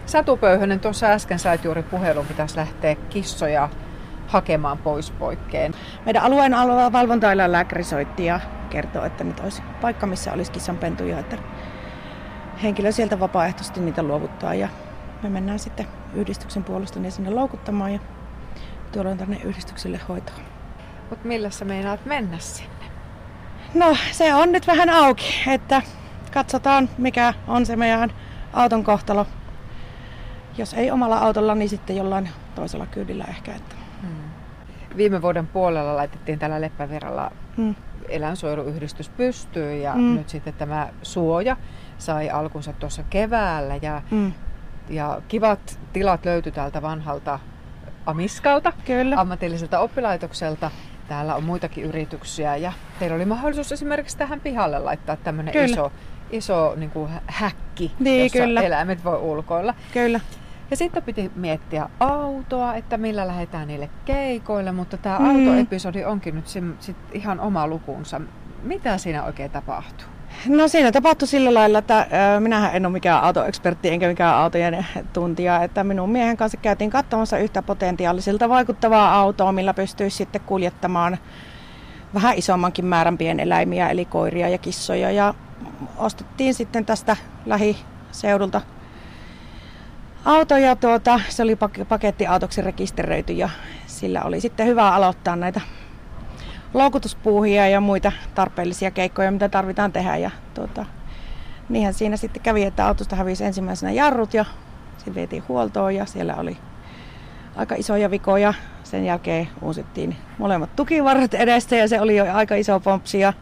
Satu Pöyhönen, tuossa äsken sait juuri puhelun, pitäisi lähteä kissoja hakemaan pois poikkeen. Meidän alueen valvontaeläinlääkäri soitti ja kertoi, että nyt olisi paikka, missä olisi kissanpentuja, että henkilö sieltä vapaaehtoisesti niitä luovuttaa ja me mennään sitten yhdistyksen puolesta ne sinne loukuttamaan ja tuodaan tänne yhdistykselle hoitoon. Mutta millä sä meinaat mennä sinne? No se on nyt vähän auki, että katsotaan mikä on se meidän auton kohtalo. Jos ei omalla autolla, niin sitten jollain toisella kyydillä ehkä. Että. Viime vuoden puolella laitettiin tällä Leppävirralla eläinsuojeluyhdistys pystyyn ja nyt sitten tämä suoja sai alkunsa tuossa keväällä ja kivat tilat löytyi täältä vanhalta Amiskalta, Kyllä. ammatilliselta oppilaitokselta. Täällä on muitakin yrityksiä ja teillä oli mahdollisuus esimerkiksi tähän pihalle laittaa tämmöinen iso niin kuin häkki, jossa kyllä. eläimet voi ulkoilla. Kyllä. Ja sitten piti miettiä autoa, että millä lähdetään niille keikoille, mutta tämä autoepisodi onkin nyt sit ihan oma lukunsa. Mitä siinä oikein tapahtuu? No siinä tapahtui sillä lailla, että minähän en ole mikään autoekspertti enkä mikään autojen tuntija, että minun miehen kanssa käytiin katsomassa yhtä potentiaalisilta vaikuttavaa autoa, millä pystyisi sitten kuljettamaan vähän isommankin määrän pieneläimiä, eli koiria ja kissoja. Ja ostettiin sitten tästä lähiseudulta auto ja se oli pakettiautoksi rekisteröity ja sillä oli sitten hyvä aloittaa näitä loukutuspuuhia ja muita tarpeellisia keikkoja, mitä tarvitaan tehdä. Ja niinhän siinä sitten kävi, että autosta hävisi ensimmäisenä jarrut ja sitten vietiin huoltoon ja siellä oli aika isoja vikoja. Sen jälkeen uusittiin molemmat tukivarret edessä ja se oli jo aika iso pompsi. Ja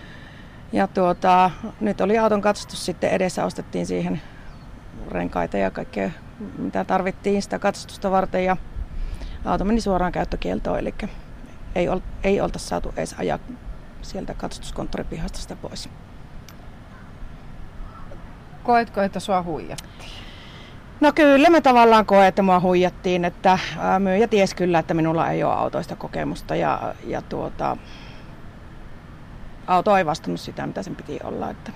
nyt oli auton katsastus sitten edessä, ostettiin siihen renkaita ja kaikkea mitä tarvittiin sitä katsastusta varten ja auto meni suoraan käyttökieltoon, eli ei oltaisi saatu edes ajaa sieltä katsastuskonttoripihasta sitä pois. Koetko, että sua huijattiin? No kyllä me tavallaan koen, että mua huijattiin, että myyjä ties kyllä, että minulla ei ole autoista kokemusta ja auto ei vastannut sitä, mitä sen piti olla. Että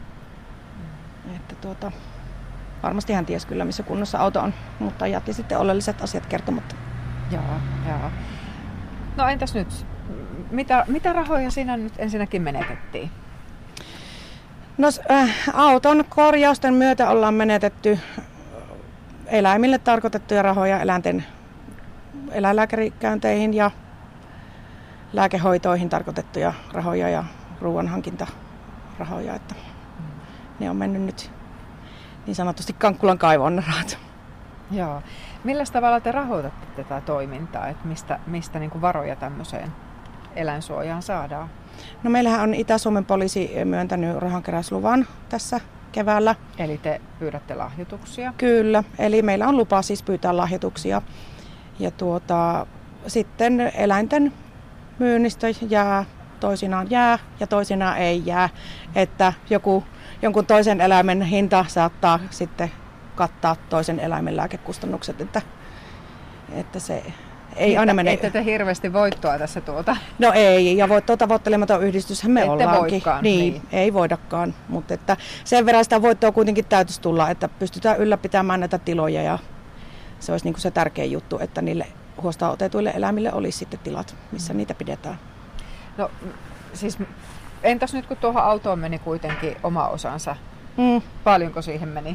varmasti hän ties kyllä, missä kunnossa auto on, mutta jätti sitten oleelliset asiat kertomatta. Joo. No entäs nyt? Mitä rahoja siinä nyt ensinnäkin menetettiin? No auton korjausten myötä ollaan menetetty eläimille tarkoitettuja rahoja eläinten eläinlääkärikäynteihin ja lääkehoitoihin tarkoitettuja rahoja ja ruoanhankintarahoja, että ne on mennyt nyt niin sanotusti Kankkulan kaivoon ne rahat. Joo. Millä tavalla te rahoitatte tätä toimintaa, että mistä niin kuin varoja tämmöiseen eläinsuojaan saadaan? No meillähän on Itä-Suomen poliisi myöntänyt rahankeräysluvan tässä keväällä. Eli te pyydätte lahjoituksia? Kyllä, eli meillä on lupa siis pyytää lahjoituksia. Ja sitten eläinten myynnistä toisinaan jää ja toisinaan ei jää. Että jonkun toisen eläimen hinta saattaa sitten kattaa toisen eläimen lääkekustannukset, että se ei aina mene. Ette te hirveästi voittoa tässä tuota? No ei, ja voittoa tavoittelematon yhdistyshän me ollaankin. Voikaan, niin, ei voidakaan, mutta että sen verran sitä voittoa kuitenkin täytyisi tulla, että pystytään ylläpitämään näitä tiloja ja se olisi niin kuin se tärkein juttu, että niille huostaan otetuille eläimille olisi sitten tilat, missä niitä pidetään. No siis entäs nyt kun tuohon autoon meni kuitenkin oma osansa, paljonko siihen meni?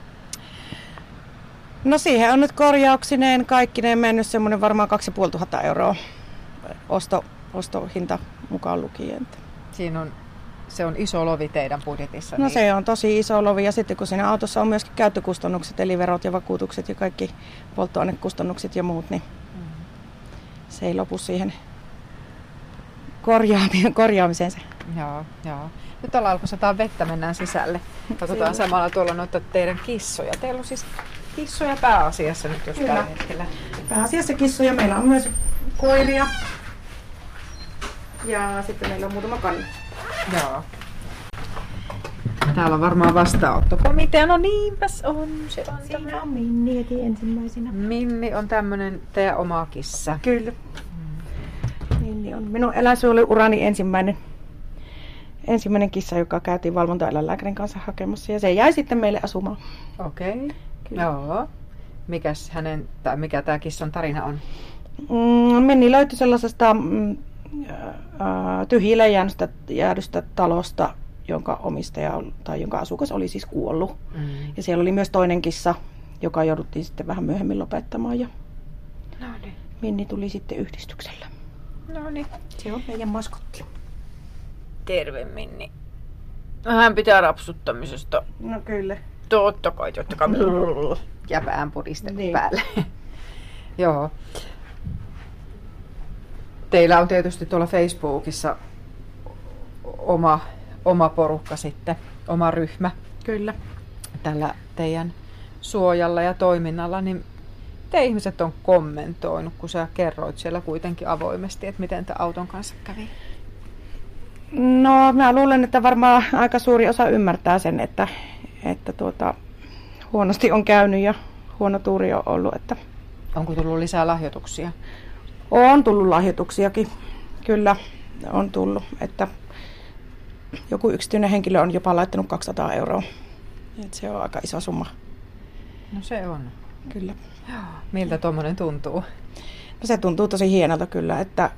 No siihen on nyt korjauksineen kaikkineen mennyt semmoinen varmaan 2500 € ostohinta mukaan lukien. Se on iso lovi teidän budjetissa. No niin. Se on tosi iso lovi ja sitten kun siinä autossa on myöskin käyttökustannukset eli verot ja vakuutukset ja kaikki polttoainekustannukset ja muut, niin se ei lopu siihen korjaamiseen se. Joo. Nyt ollaan alkoi vettä, mennään sisälle. Katsotaan samalla tuolla noita teidän kissoja. Teillä on siis kissoja pääasiassa nyt jos tällä hetkellä. Pääasiassa kissoja. Meillä on myös koiria. Ja sitten meillä on muutama kanne. Joo. Täällä on varmaan vastaanottokomitea. No niinpäs on. Se on Siinä on Minni heti ensimmäisenä. Minni on tämmönen teidän oma kissa. Kyllä. Minni on minun eläinsuojeluurani ensimmäinen kissa, joka käytiin valvontaeläinlääkärin kanssa hakemassa ja se jäi sitten meille asumaan. Okei. Joo. Mikä tämä kissan tarina on? Minni löytyi sellaisesta tyhjille jäädystä talosta, jonka omistaja tai jonka asukas oli siis kuollut. Ja siellä oli myös toinen kissa, joka jouduttiin sitten vähän myöhemmin lopettamaan. Ja Noniin. Minni tuli sitten yhdistyksellä. Noniin. Se on meidän maskotti. Terve, Minni. Hän pitää rapsuttamisesta. No kyllä. Totta kai. Ja pään pudistelu niin päälle. Joo. Teillä on tietysti tuolla Facebookissa oma porukka sitten, oma ryhmä. Kyllä. Tällä teidän suojalla ja toiminnalla, niin te ihmiset on kommentoinut, kun sä kerroit siellä kuitenkin avoimesti, että miten tämä auton kanssa kävi? No, mä luulen, että varmaan aika suuri osa ymmärtää sen, että huonosti on käynyt ja huono tuuri on ollut. Että onko tullut lisää lahjoituksia? On tullut lahjoituksiakin. Kyllä on tullut. Että joku yksityinen henkilö on jopa laittanut 200 €. Et se on aika iso summa. No se on. Kyllä. Miltä tuommoinen tuntuu? No se tuntuu tosi hienolta kyllä,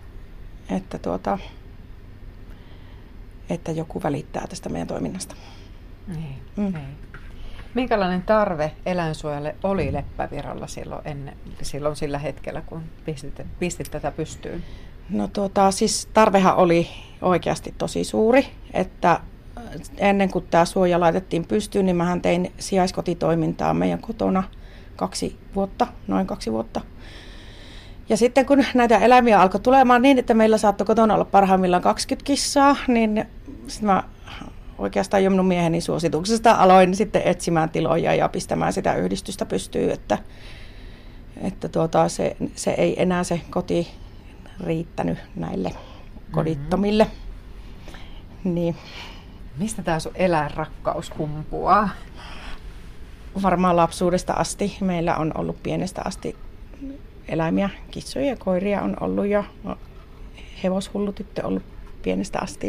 että joku välittää tästä meidän toiminnasta. Niin. Minkälainen tarve eläinsuojalle oli Leppävirralla silloin sillä hetkellä, kun pistit tätä pystyyn? No siis tarvehan oli oikeasti tosi suuri, että ennen kuin tämä suoja laitettiin pystyyn, niin mähän tein sijaiskotitoimintaa meidän kotona noin 2 vuotta. Ja sitten kun näitä eläimiä alkoi tulemaan niin, että meillä saattoi kotona olla parhaimmillaan 20 kissaa, niin sitten mä oikeastaan jo minun mieheni suosituksesta aloin sitten etsimään tiloja ja pistämään sitä yhdistystä pystyyn, että se ei enää se koti riittänyt näille kodittomille. Niin. Mistä tämä sun eläinrakkaus kumpuaa? Varmaan lapsuudesta asti. Meillä on ollut pienestä asti eläimiä, kissoja ja koiria on ollut ja hevoshullu tyttö ollut pienestä asti.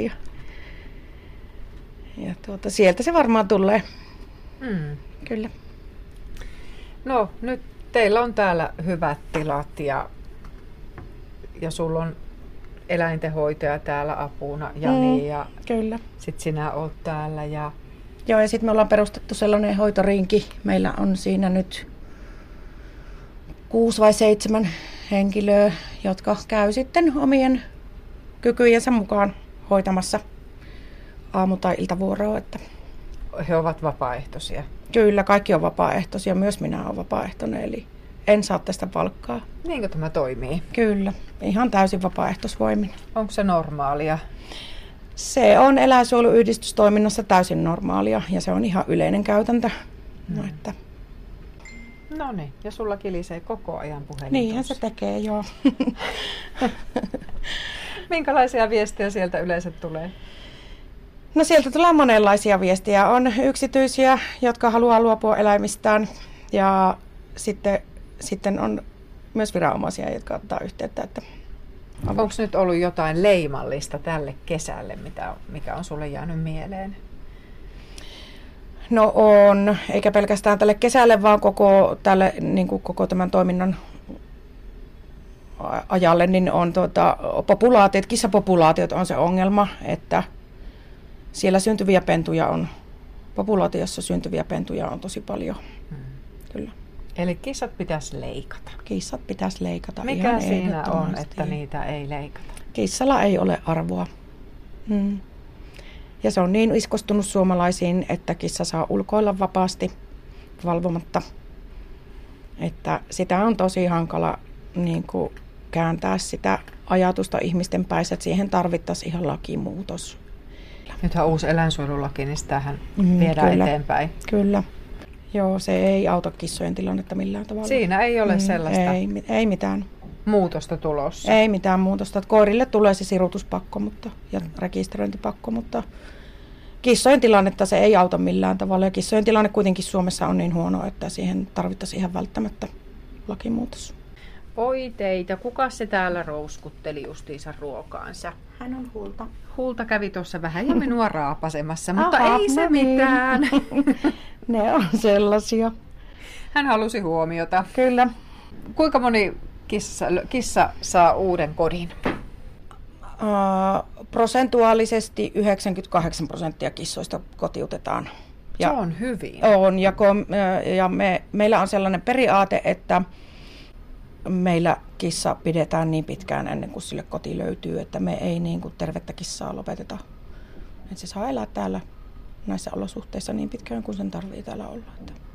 Ja sieltä se varmaan tulee. Kyllä. No nyt teillä on täällä hyvät tilat ja sulla on eläintenhoitaja täällä apuna Jani ja kyllä. Sit sinä oot täällä. Joo, ja sitten me ollaan perustettu sellainen hoitorinki. Meillä on siinä nyt 6 vai 7 henkilöä, jotka käy sitten omien kykyjensä mukaan hoitamassa aamu- tai iltavuoroa. Että he ovat vapaaehtoisia? Kyllä, kaikki on vapaaehtoisia. Myös minä olen vapaaehtoinen, eli en saa tästä palkkaa. Niinkö tämä toimii? Kyllä, ihan täysin vapaaehtoisvoimin. Onko se normaalia? Se on eläinsuojeluyhdistystoiminnassa täysin normaalia ja se on ihan yleinen käytäntö. No niin, ja sulla kilisee koko ajan puhelin. Niinhän se tekee, joo. Minkälaisia viestejä sieltä yleensä tulee? No sieltä tulee monenlaisia viestejä. On yksityisiä, jotka haluaa luopua eläimistään ja sitten on myös viranomaisia, jotka ottaa yhteyttä. Onko nyt ollut jotain leimallista tälle kesälle, mikä on sulle jäänyt mieleen? No on, eikä pelkästään tälle kesälle, vaan koko tämän toiminnan ajalle, niin on kissapopulaatiot on se ongelma, että siellä populaatiossa syntyviä pentuja on tosi paljon. Kyllä. Eli kissat pitäisi leikata? Kissat pitäisi leikata. Mikä ihan siinä on, että niitä ei leikata? Kissalla ei ole arvoa. Ja se on niin iskostunut suomalaisiin, että kissa saa ulkoilla vapaasti valvomatta. Että sitä on tosi hankala kääntää sitä ajatusta ihmisten päissä, että siihen tarvittaisiin ihan lakimuutos. Nythän on uusi eläinsuojelulaki, niin sitähän viedään kyllä, eteenpäin. Kyllä. Joo, se ei auta kissojen tilannetta millään tavalla. Siinä ei ole sellaista ei mitään muutosta tulossa. Ei mitään muutosta. Koirille tulee se sirutuspakko ja rekisteröintipakko, mutta kissojen tilannetta se ei auta millään tavalla. Ja kissojen tilanne kuitenkin Suomessa on niin huono, että siihen tarvittaisiin ihan välttämättä lakimuutos. Oi teitä, kuka se täällä rouskutteli justiinsa ruokaansa? Hän on Hulta. Hulta kävi tuossa vähän jo minua raapasemassa, mutta ei se mitään. Ne on sellaisia. Hän halusi huomiota. Kyllä. Kuinka moni kissa saa uuden kodin? Prosentuaalisesti 98% kissoista kotiutetaan. Se on hyvin. On, ja meillä on sellainen periaate, että meillä kissa pidetään niin pitkään ennen kuin sille koti löytyy, että me ei niin kuin tervettä kissaa lopeteta. Että se saa elää täällä näissä olosuhteissa niin pitkään kuin sen tarvitsee täällä olla.